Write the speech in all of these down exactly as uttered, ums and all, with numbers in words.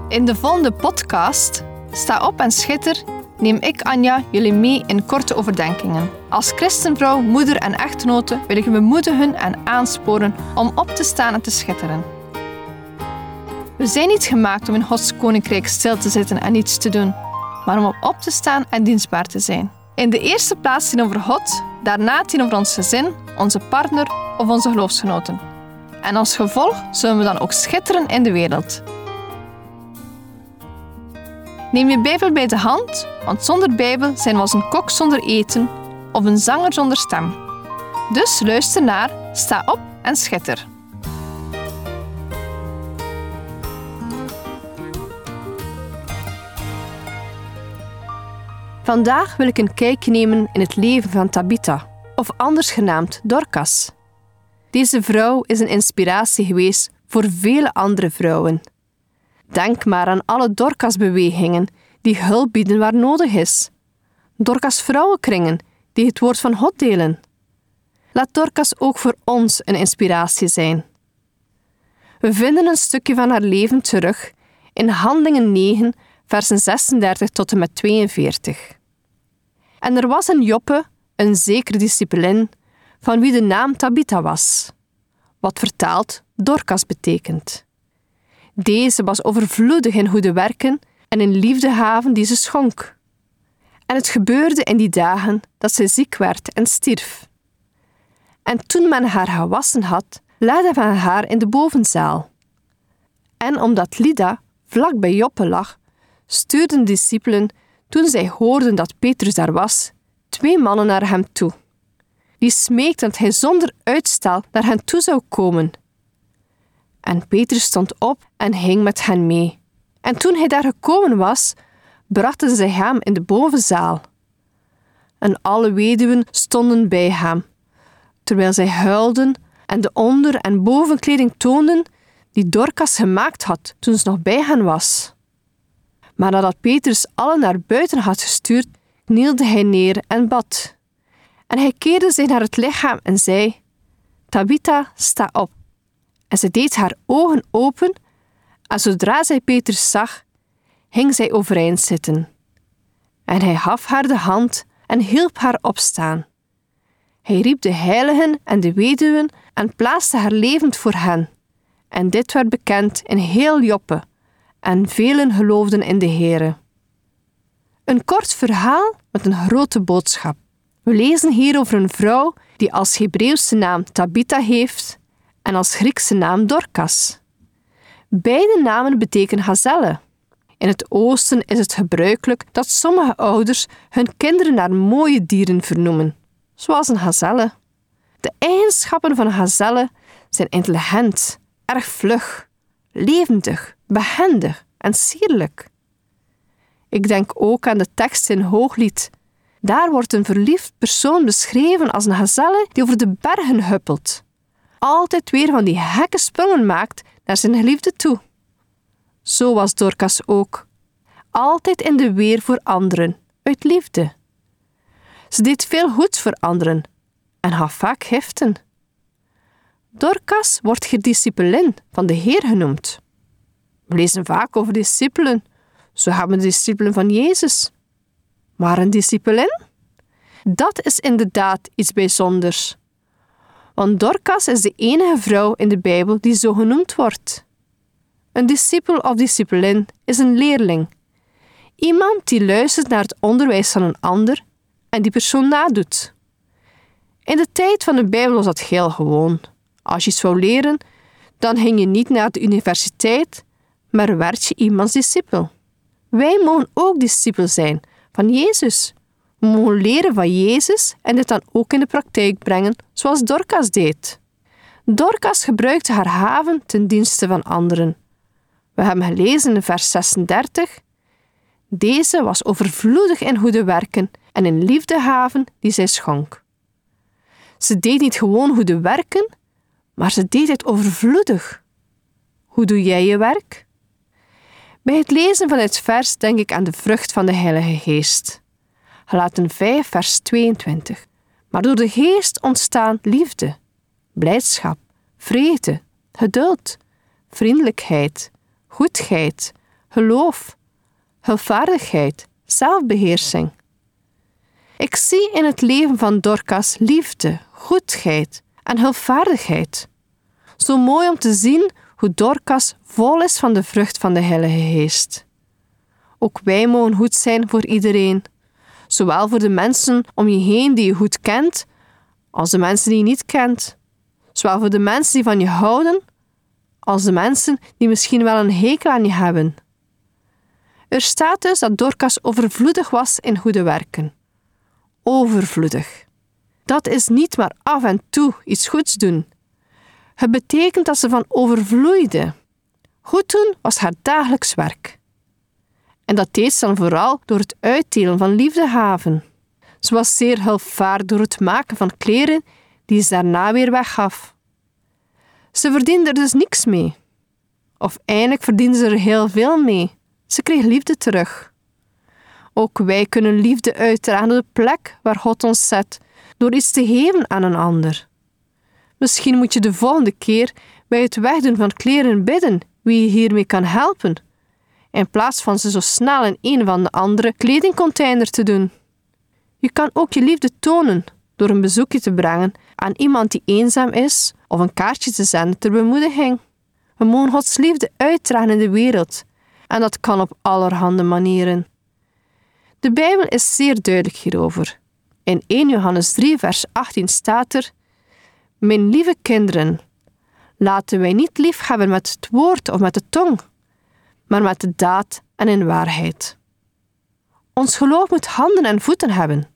In de volgende podcast, Sta op en schitter, neem ik, Anja, jullie mee in korte overdenkingen. Als christenvrouw, moeder en echtgenote wil ik je bemoedigen en aansporen om op te staan en te schitteren. We zijn niet gemaakt om in Gods koninkrijk stil te zitten en niets te doen, maar om op te staan en dienstbaar te zijn. In de eerste plaats tegenover God, daarna tegenover ons gezin, onze partner of onze geloofsgenoten. En als gevolg zullen we dan ook schitteren in de wereld. Neem je Bijbel bij de hand, want zonder Bijbel zijn we als een kok zonder eten of een zanger zonder stem. Dus luister naar, sta op en schitter. Vandaag wil ik een kijkje nemen in het leven van Tabitha, of anders genaamd Dorcas. Deze vrouw is een inspiratie geweest voor vele andere vrouwen. Denk maar aan alle Dorcas-bewegingen die hulp bieden waar nodig is. Dorcas-vrouwenkringen die het woord van God delen. Laat Dorcas ook voor ons een inspiratie zijn. We vinden een stukje van haar leven terug in Handelingen negen, versen zesendertig tot en met tweeënveertig. En er was in Joppe een zekere discipelin, van wie de naam Tabitha was, wat vertaald Dorcas betekent. Deze was overvloedig in goede werken en in liefdehaven die ze schonk. En het gebeurde in die dagen dat zij ziek werd en stierf. En toen men haar gewassen had, leidde men haar in de bovenzaal. En omdat Lydda vlak bij Joppe lag, stuurden de discipelen, toen zij hoorden dat Petrus daar was, twee mannen naar hem toe. Die smeekten dat hij zonder uitstel naar hen toe zou komen. En Petrus stond op en ging met hen mee. En toen hij daar gekomen was, brachten zij hem in de bovenzaal. En alle weduwen stonden bij hem, terwijl zij huilden en de onder- en bovenkleding toonden die Dorcas gemaakt had toen ze nog bij hen was. Maar nadat Petrus allen naar buiten had gestuurd, knielde hij neer en bad. En hij keerde zich naar het lichaam en zei: Tabitha, sta op. En ze deed haar ogen open, en zodra zij Petrus zag, ging zij overeind zitten. En hij gaf haar de hand en hielp haar opstaan. Hij riep de heiligen en de weduwen en plaatste haar levend voor hen. En dit werd bekend in heel Joppe, en velen geloofden in de Heere. Een kort verhaal met een grote boodschap. We lezen hier over een vrouw die als Hebreeuwse naam Tabitha heeft en als Griekse naam Dorcas. Beide namen betekenen gazelle. In het oosten is het gebruikelijk dat sommige ouders hun kinderen naar mooie dieren vernoemen, zoals een gazelle. De eigenschappen van een gazelle zijn intelligent, erg vlug, levendig, behendig en sierlijk. Ik denk ook aan de tekst in Hooglied. Daar wordt een verliefd persoon beschreven als een gazelle die over de bergen huppelt. Altijd weer van die gekke sprongen maakt naar zijn geliefde toe. Zo was Dorcas ook. Altijd in de weer voor anderen, uit liefde. Ze deed veel goeds voor anderen en gaf vaak giften. Dorcas wordt hier discipelin van de Heer genoemd. We lezen vaak over discipelen. Zo hebben de discipelen van Jezus. Maar een discipelin? Dat is inderdaad iets bijzonders. Want Dorcas is de enige vrouw in de Bijbel die zo genoemd wordt. Een discipel of discipelin is een leerling. Iemand die luistert naar het onderwijs van een ander en die persoon nadoet. In de tijd van de Bijbel was dat heel gewoon. Als je iets wou leren, dan ging je niet naar de universiteit, maar werd je iemands discipel. Wij mogen ook discipel zijn van Jezus. We mogen leren van Jezus en dit dan ook in de praktijk brengen, zoals Dorcas deed. Dorcas gebruikte haar haven ten dienste van anderen. We hebben gelezen in vers zesendertig. Deze was overvloedig in goede werken en in liefdehaven die zij schonk. Ze deed niet gewoon goede werken, maar ze deed het overvloedig. Hoe doe jij je werk? Bij het lezen van dit vers denk ik aan de vrucht van de Heilige Geest. Galaten vijf, vers tweeëntwintig. Maar door de Geest ontstaan liefde, blijdschap, vrede, geduld, vriendelijkheid, goedheid, geloof, hulpvaardigheid, zelfbeheersing. Ik zie in het leven van Dorcas liefde, goedheid en hulpvaardigheid. Zo mooi om te zien hoe Dorcas vol is van de vrucht van de Heilige Geest. Ook wij mogen goed zijn voor iedereen, zowel voor de mensen om je heen die je goed kent, als de mensen die je niet kent. Zowel voor de mensen die van je houden, als de mensen die misschien wel een hekel aan je hebben. Er staat dus dat Dorcas overvloedig was in goede werken. Overvloedig. Dat is niet maar af en toe iets goeds doen. Het betekent dat ze van overvloeide. Goed doen was haar dagelijks werk. En dat deed ze dan vooral door het uitdelen van liefdegaven. Ze was zeer hulpvaardig door het maken van kleren die ze daarna weer weggaf. Ze verdiende er dus niks mee. Of eigenlijk verdiende ze er heel veel mee. Ze kreeg liefde terug. Ook wij kunnen liefde uitdragen op de plek waar God ons zet, door iets te geven aan een ander. Misschien moet je de volgende keer bij het wegdoen van kleren bidden wie je hiermee kan helpen, in plaats van ze zo snel in een van de andere kledingcontainer te doen. Je kan ook je liefde tonen door een bezoekje te brengen aan iemand die eenzaam is of een kaartje te zenden ter bemoediging. We mogen Gods liefde uitdragen in de wereld en dat kan op allerhande manieren. De Bijbel is zeer duidelijk hierover. In eerste Johannes drie vers achttien staat er: Mijn lieve kinderen, laten wij niet lief hebben met het woord of met de tong, maar met de daad en in waarheid. Ons geloof moet handen en voeten hebben.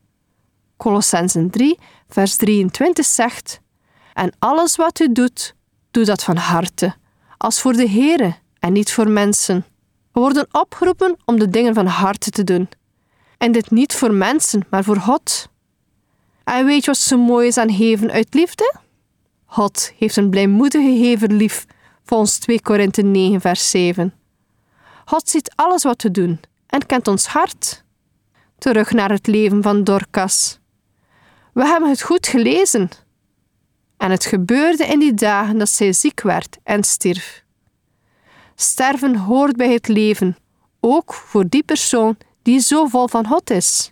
Kolossenzen drie vers drieëntwintig zegt: En alles wat u doet, doe dat van harte, als voor de Heere en niet voor mensen. We worden opgeroepen om de dingen van harte te doen. En dit niet voor mensen, maar voor God. En weet je wat zo mooi is aan geven uit liefde? God heeft een blijmoedige gever lief, volgens twee Korinthe negen vers zeven. God ziet alles wat we doen en kent ons hart. Terug naar het leven van Dorcas. We hebben het goed gelezen. En het gebeurde in die dagen dat zij ziek werd en stierf. Sterven hoort bij het leven, ook voor die persoon die zo vol van God is.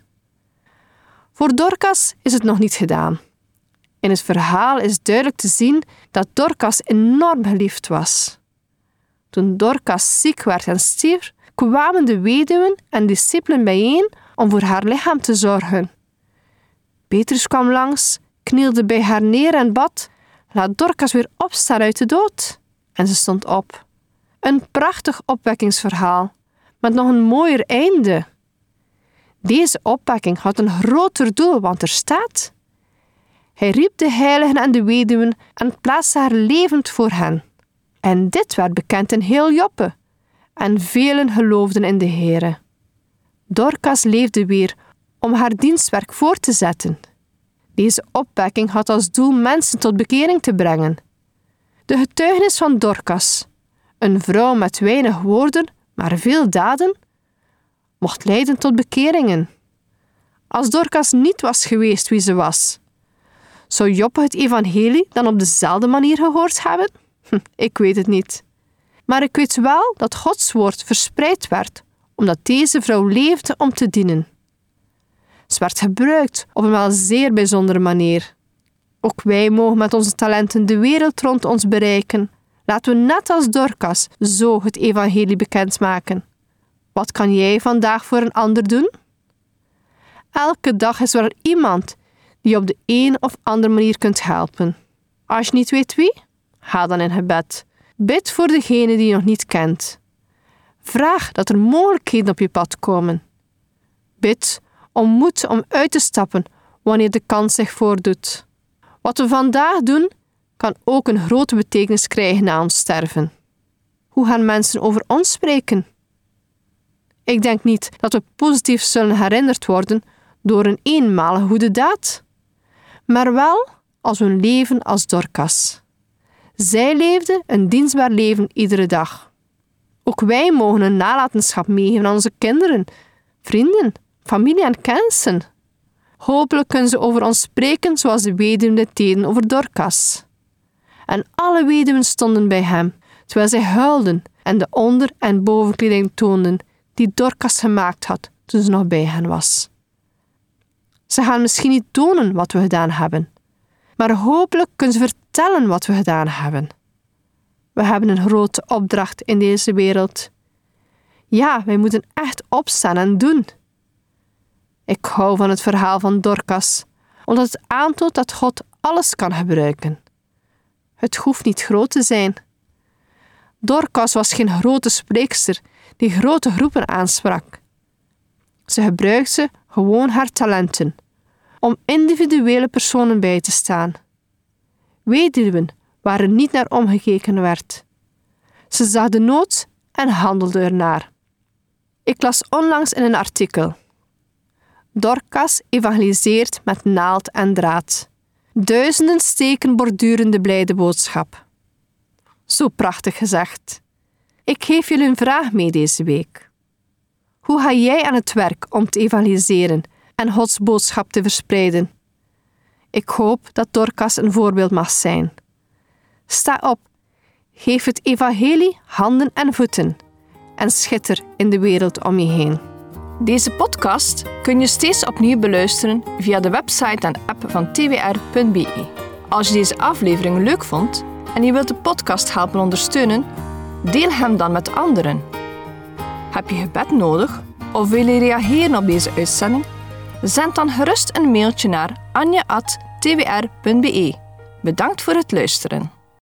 Voor Dorcas is het nog niet gedaan. In het verhaal is duidelijk te zien dat Dorcas enorm geliefd was. Toen Dorcas ziek werd en stierf, kwamen de weduwen en discipelen bijeen om voor haar lichaam te zorgen. Petrus kwam langs, knielde bij haar neer en bad: Laat Dorcas weer opstaan uit de dood. En ze stond op. Een prachtig opwekkingsverhaal, met nog een mooier einde. Deze opwekking had een groter doel, want er staat: Hij riep de heiligen en de weduwen en plaatste haar levend voor hen. En dit werd bekend in heel Joppe, en velen geloofden in de Heere. Dorcas leefde weer om haar dienstwerk voort te zetten. Deze opwekking had als doel mensen tot bekering te brengen. De getuigenis van Dorcas, een vrouw met weinig woorden, maar veel daden, mocht leiden tot bekeringen. Als Dorcas niet was geweest wie ze was, zou Joppe het evangelie dan op dezelfde manier gehoord hebben? Hm, ik weet het niet. Maar ik weet wel dat Gods woord verspreid werd, omdat deze vrouw leefde om te dienen. Ze werd gebruikt op een wel zeer bijzondere manier. Ook wij mogen met onze talenten de wereld rond ons bereiken. Laten we net als Dorcas zo het evangelie bekendmaken. Wat kan jij vandaag voor een ander doen? Elke dag is er wel iemand die je op de een of andere manier kunt helpen. Als je niet weet wie, ga dan in gebed. Bid voor degene die je nog niet kent. Vraag dat er mogelijkheden op je pad komen. Bid om moed om uit te stappen wanneer de kans zich voordoet. Wat we vandaag doen, kan ook een grote betekenis krijgen na ons sterven. Hoe gaan mensen over ons spreken? Ik denk niet dat we positief zullen herinnerd worden door een eenmalige goede daad, maar wel als we een leven als Dorcas. Zij leefde een dienstbaar leven iedere dag. Ook wij mogen een nalatenschap meegeven aan onze kinderen, vrienden, familie en kennissen. Hopelijk kunnen ze over ons spreken zoals de weduwen dit deden over Dorcas. En alle weduwen stonden bij hem, terwijl zij huilden en de onder- en bovenkleding toonden die Dorcas gemaakt had toen ze nog bij hen was. Ze gaan misschien niet tonen wat we gedaan hebben, maar hopelijk kunnen ze vertellen wat we gedaan hebben. We hebben een grote opdracht in deze wereld. Ja, wij moeten echt opstaan en doen. Ik hou van het verhaal van Dorcas, omdat het aantoont dat God alles kan gebruiken. Het hoeft niet groot te zijn. Dorcas was geen grote spreekster die grote groepen aansprak. Ze gebruikte gewoon haar talenten om individuele personen bij te staan. Weduwen waar er niet naar omgekeken werd. Ze zag de nood en handelde ernaar. Ik las onlangs in een artikel: Dorcas evangeliseert met naald en draad. Duizenden steken borduren de blijde boodschap. Zo prachtig gezegd. Ik geef jullie een vraag mee deze week. Hoe ga jij aan het werk om te evangeliseren en Gods boodschap te verspreiden? Ik hoop dat Dorcas een voorbeeld mag zijn. Sta op, geef het evangelie handen en voeten en schitter in de wereld om je heen. Deze podcast kun je steeds opnieuw beluisteren via de website en app van t w r punt b e. Als je deze aflevering leuk vond en je wilt de podcast helpen ondersteunen, deel hem dan met anderen. Heb je gebed nodig of wil je reageren op deze uitzending? Zend dan gerust een mailtje naar anja at t w r punt b e. Bedankt voor het luisteren.